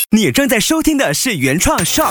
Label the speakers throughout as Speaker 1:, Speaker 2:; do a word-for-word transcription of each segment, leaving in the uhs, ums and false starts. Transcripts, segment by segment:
Speaker 1: 你正在收听的是原创 Shock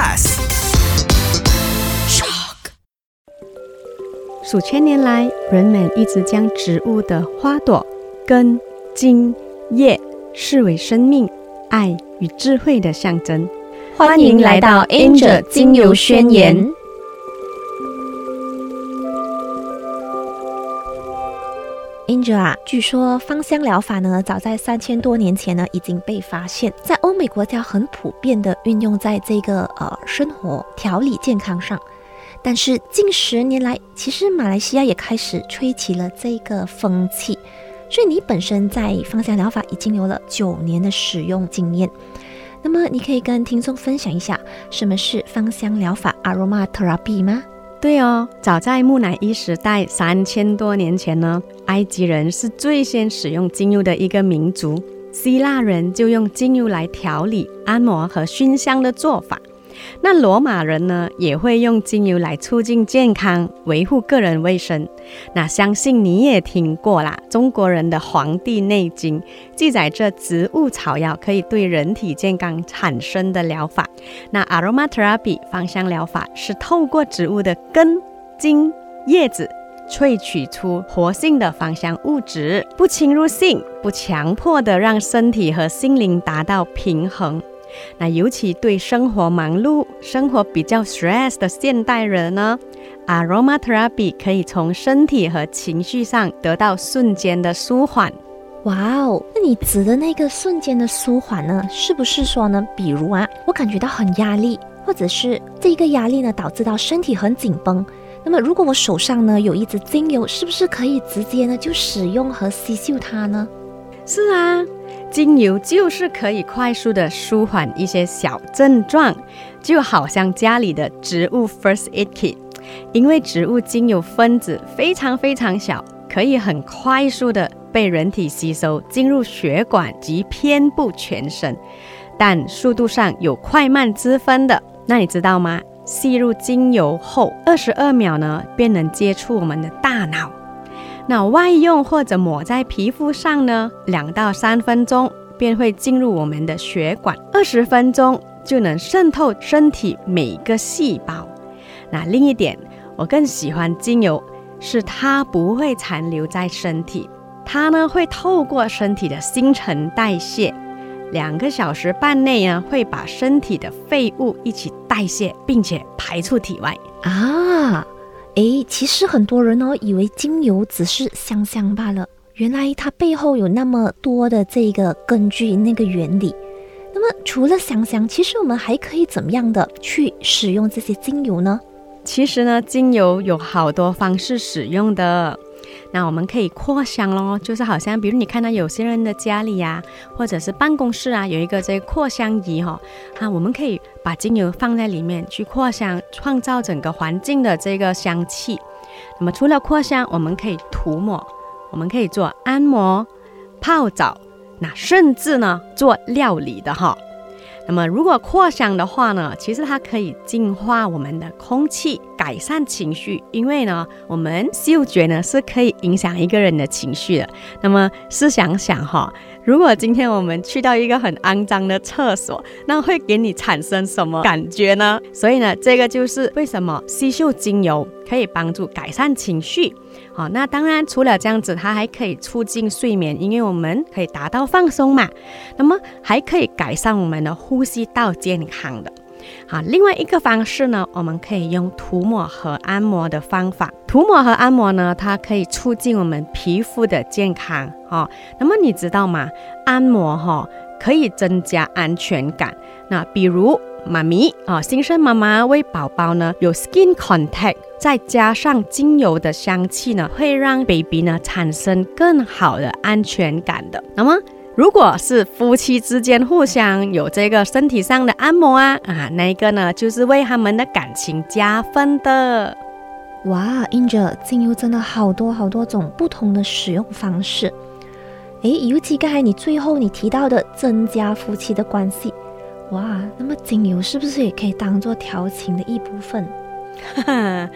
Speaker 1: Podcast。Shock。
Speaker 2: 数千年来，人们一直将植物的花朵、根、茎、叶视为生命、爱与智慧的象征。
Speaker 3: 欢迎来到 Angel 精油宣言。Angel 啊，据说芳香疗法呢，早在三千多年前呢已经被发现，在欧美国家很普遍的运用在这个呃生活调理健康上。但是近十年来，其实马来西亚也开始吹起了这个风气，所以你本身在芳香疗法已经有了九年的使用经验。那么你可以跟听众分享一下什么是芳香疗法 Aromatherapy 吗？
Speaker 2: 对哦，早在木乃伊时代三千多年前呢，埃及人是最先使用精油的一个民族，希腊人就用精油来调理、按摩和熏香的做法。那罗马人呢，也会用精油来促进健康，维护个人卫生。那相信你也听过啦，中国人的《黄帝内经》记载着植物草药可以对人体健康产生的疗法。那 Aromatherapy 芳香疗法是透过植物的根、茎、叶子萃取出活性的芳香物质，不侵入性、不强迫的让身体和心灵达到平衡。那尤其对生活忙碌、生活比较 stress 的现代人呢， Aromatherapy 可以从身体和情绪上得到瞬间的舒缓。
Speaker 3: 哇哦，那你指的那个瞬间的舒缓呢，是不是说呢，比如啊，我感觉到很压力，或者是这个压力呢导致到身体很紧绷，那么如果我手上呢有一支精油，是不是可以直接呢就使用和吸收它呢？
Speaker 2: 是啊，精油就是可以快速的舒缓一些小症状，就好像家里的植物 First Aid Kit， 因为植物精油分子非常非常小，可以很快速的被人体吸收，进入血管及遍布全身，但速度上有快慢之分的。那你知道吗？吸入精油后二十二秒呢，便能接触我们的大脑。那外用或者抹在皮肤上呢，两到三分钟便会进入我们的血管，二十分钟就能渗透身体每个细胞。那另一点，我更喜欢精油是它不会残留在身体，它呢会透过身体的新陈代谢，两个小时半内呢会把身体的废物一起代谢，并且排出体外
Speaker 3: 啊。诶，其实很多人哦，以为精油只是香香罢了，原来它背后有那么多的这个根据那个原理。那么除了香香，其实我们还可以怎么样的去使用这些精油呢？
Speaker 2: 其实呢，精油有好多方式使用的。那我们可以扩香咯，就是好像比如你看到有些人的家里啊，或者是办公室啊，有一个这个扩香仪哈、哦啊，我们可以把精油放在里面去扩香，创造整个环境的这个香气。那么除了扩香，我们可以涂抹，我们可以做按摩、泡澡，那甚至呢做料理的哈。那么如果扩香的话呢，其实它可以净化我们的空气，改善情绪，因为呢我们嗅觉呢是可以影响一个人的情绪的。那么试想想哈，如果今天我们去到一个很肮脏的厕所，那会给你产生什么感觉呢？所以呢，这个就是为什么吸嗅精油可以帮助改善情绪。好，那当然除了这样子，它还可以促进睡眠，因为我们可以达到放松嘛。那么还可以改善我们的呼吸道健康的。好，另外一个方式呢，我们可以用涂抹和按摩的方法。涂抹和按摩呢，它可以促进我们皮肤的健康。哦、那么你知道吗？按摩、哦、可以增加安全感。那比如妈咪、哦、新生妈妈为宝宝呢有 skin contact， 再加上精油的香气呢，会让 baby 呢产生更好的安全感的。那么如果是夫妻之间互相有这个身体上的按摩啊，啊，那个呢就是为他们的感情加分的。
Speaker 3: 哇 Angel， 精油真的好多好多种不同的使用方式。诶，尤其刚才你最后你提到的增加夫妻的关系，哇，那么精油是不是也可以当做调情的一部分？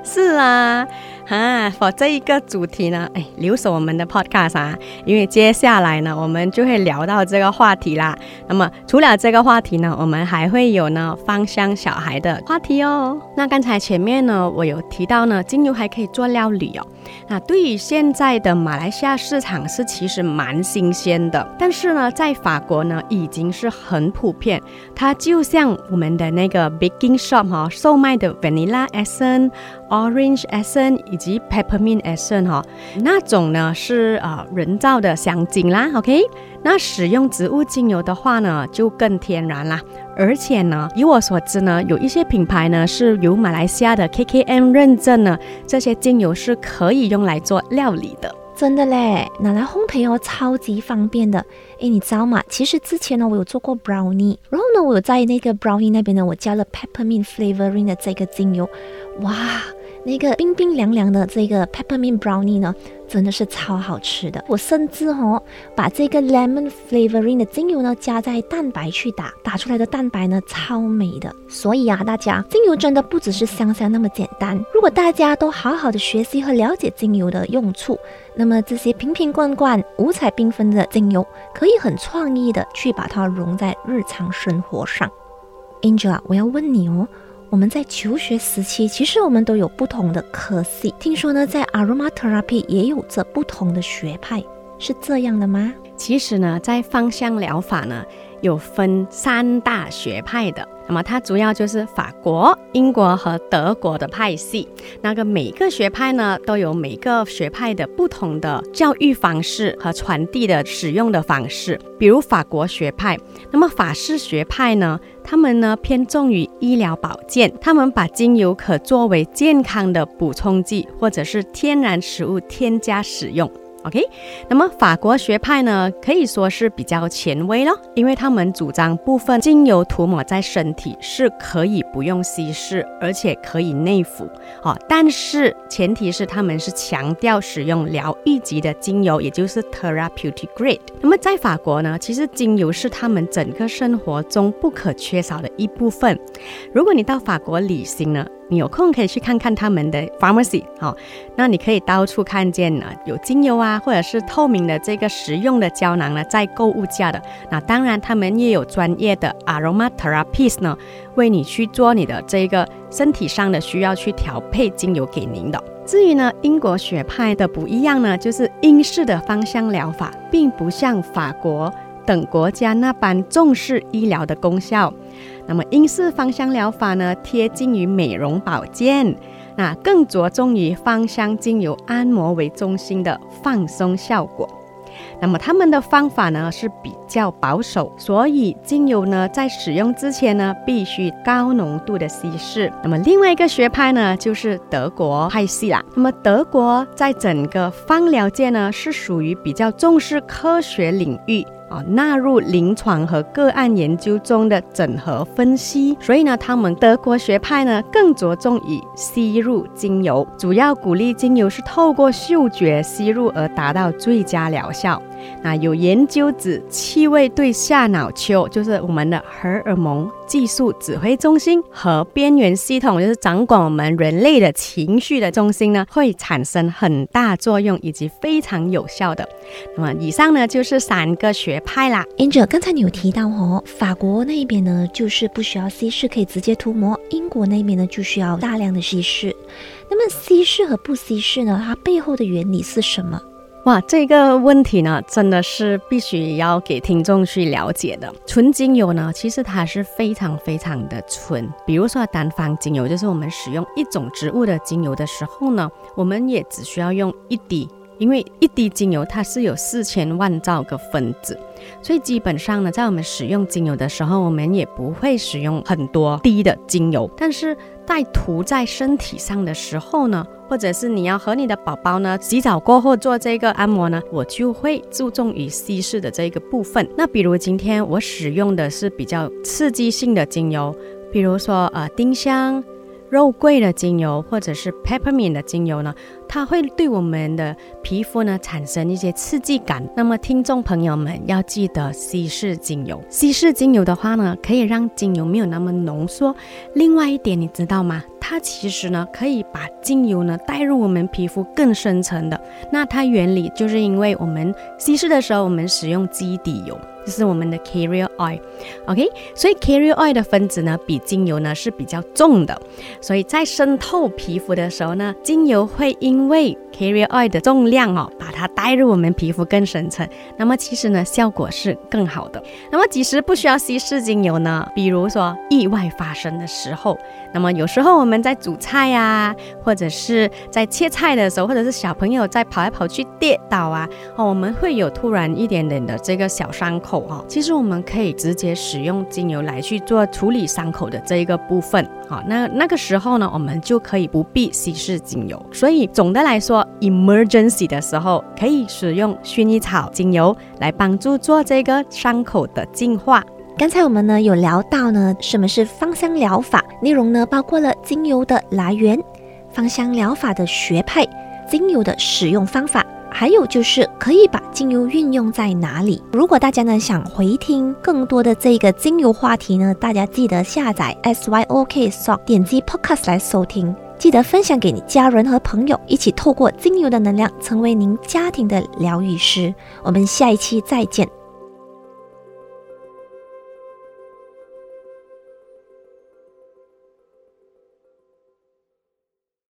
Speaker 2: 是啊，啊，我这一个主题呢，哎，留守我们的 podcast 啊，因为接下来呢，我们就会聊到这个话题啦。那么除了这个话题呢，我们还会有呢芳香小孩的话题哦。那刚才前面呢，我有提到呢，精油还可以做料理哦。那对于现在的马来西亚市场是其实蛮新鲜的，但是呢，在法国呢已经是很普遍。它就像我们的那个 baking shop 哈、哦，售卖的 vanilla essence、orange essence 以及 peppermint essence 哈、哦，那种呢是呃人造的香精啦 ，OK。那使用植物精油的话呢，就更天然啦。而且呢，以我所知呢，有一些品牌呢是由马来西亚的 K K M 认证呢，这些精油是可以用来做料理的。
Speaker 3: 真的嘞，拿来烘焙哦，超级方便的。诶，你知道吗？其实之前呢，我有做过 brownie， 然后呢，我有在那个 brownie 那边呢，我加了 peppermint flavoring 的这个精油，哇，那个冰冰凉凉的这个 peppermint brownie 呢，真的是超好吃的。我甚至哦，把这个 lemon flavoring 的精油呢加在蛋白去打，打出来的蛋白呢超美的。所以啊，大家精油真的不只是香香那么简单。如果大家都好好的学习和了解精油的用处，那么这些瓶瓶罐罐、五彩缤纷的精油，可以很创意的去把它融在日常生活上。Angel 啊，我要问你哦。我们在求学时期，其实我们都有不同的科系。听说呢，在 aromatherapy 也有着不同的学派，是这样的吗？
Speaker 2: 其实呢，在芳香疗法呢，有分三大学派的。那么它主要就是法国、英国和德国的派系。那个每个学派呢，都有每个学派的不同的教育方式和传递的使用的方式。比如法国学派，那么法式学派呢，他们呢偏重于医疗保健，他们把精油可作为健康的补充剂或者是天然食物添加使用。OK， 那么法国学派呢，可以说是比较前卫咯，因为他们主张部分精油涂抹在身体是可以不用稀释，而且可以内服、哦、但是前提是他们是强调使用疗愈级的精油，也就是 therapeutic grade。 那么在法国呢，其实精油是他们整个生活中不可缺少的一部分。如果你到法国旅行呢，你有空可以去看看他们的 pharmacy、哦、那你可以到处看见呢有精油啊，或者是透明的这个实用的胶囊呢在购物架的。那当然他们也有专业的 aromatherapist 呢，为你去做你的这个身体上的需要去调配精油给您的。至于呢英国学派的不一样呢，就是英式的芳香疗法并不像法国等国家那般重视医疗的功效。那么英式芳香疗法呢，贴近于美容保健，那更着重于芳香精油按摩为中心的放松效果。那么他们的方法呢是比较保守，所以精油呢在使用之前呢必须高浓度的稀释。那么另外一个学派呢就是德国派系啦。那么德国在整个芳疗界呢是属于比较重视科学领域，哦、纳入临床和个案研究中的整合分析，所以呢他们德国学派呢更着重于吸入精油，主要鼓励精油是透过嗅觉吸入而达到最佳疗效。那有研究指气味对下脑丘，就是我们的荷尔蒙技术指挥中心和边缘系统，就是掌管我们人类的情绪的中心呢，会产生很大作用以及非常有效的。那么以上呢就是三个学派啦。
Speaker 3: Angel， 刚才你有提到哦，法国那边呢就是不需要稀释，可以直接涂抹，英国那边呢就需要大量的稀释。那么稀释和不稀释呢，它背后的原理是什么？
Speaker 2: 哇，这个问题呢真的是必须要给听众去了解的。纯精油呢其实它是非常非常的纯，比如说单方精油，就是我们使用一种植物的精油的时候呢，我们也只需要用一滴，因为一滴精油它是有四千万兆个分子，所以基本上呢在我们使用精油的时候，我们也不会使用很多滴的精油。但是在涂在身体上的时候呢，或者是你要和你的宝宝呢洗澡过后做这个按摩呢，我就会注重于稀释的这个部分。那比如今天我使用的是比较刺激性的精油，比如说呃丁香、肉桂的精油或者是 peppermint 的精油呢，它会对我们的皮肤呢产生一些刺激感。那么听众朋友们要记得稀释精油，稀释精油的话呢，可以让精油没有那么浓缩。另外一点你知道吗？它它其实呢可以把精油呢带入我们皮肤更深层的。那它原理就是因为我们稀释的时候我们使用基底油，就是我们的 carrier oil OK， 所以 carrier oil 的分子呢比精油呢是比较重的，所以在渗透皮肤的时候呢，精油会因为 carrier oil 的重量哦，把它带入我们皮肤更深层，那么其实呢效果是更好的。那么即使不需要稀释精油呢，比如说意外发生的时候，那么有时候我们在煮菜啊，或者是在切菜的时候，或者是小朋友在跑来跑去跌倒啊、哦、我们会有突然一点点的这个小伤口、哦、其实我们可以直接使用精油来去做处理伤口的这一个部分、哦、那那个时候呢我们就可以不必稀释精油。所以总的来说 emergency 的时候可以使用薰衣草精油来帮助做这个伤口的净化。
Speaker 3: 刚才我们呢有聊到呢什么是芳香疗法，内容呢包括了精油的来源、芳香疗法的学派、精油的使用方法，还有就是可以把精油运用在哪里。如果大家呢想回听更多的这个精油话题呢，大家记得下载 S Y O K S O C， 点击 Podcast 来收听，记得分享给你家人和朋友，一起透过精油的能量成为您家庭的疗愈师。我们下一期再见。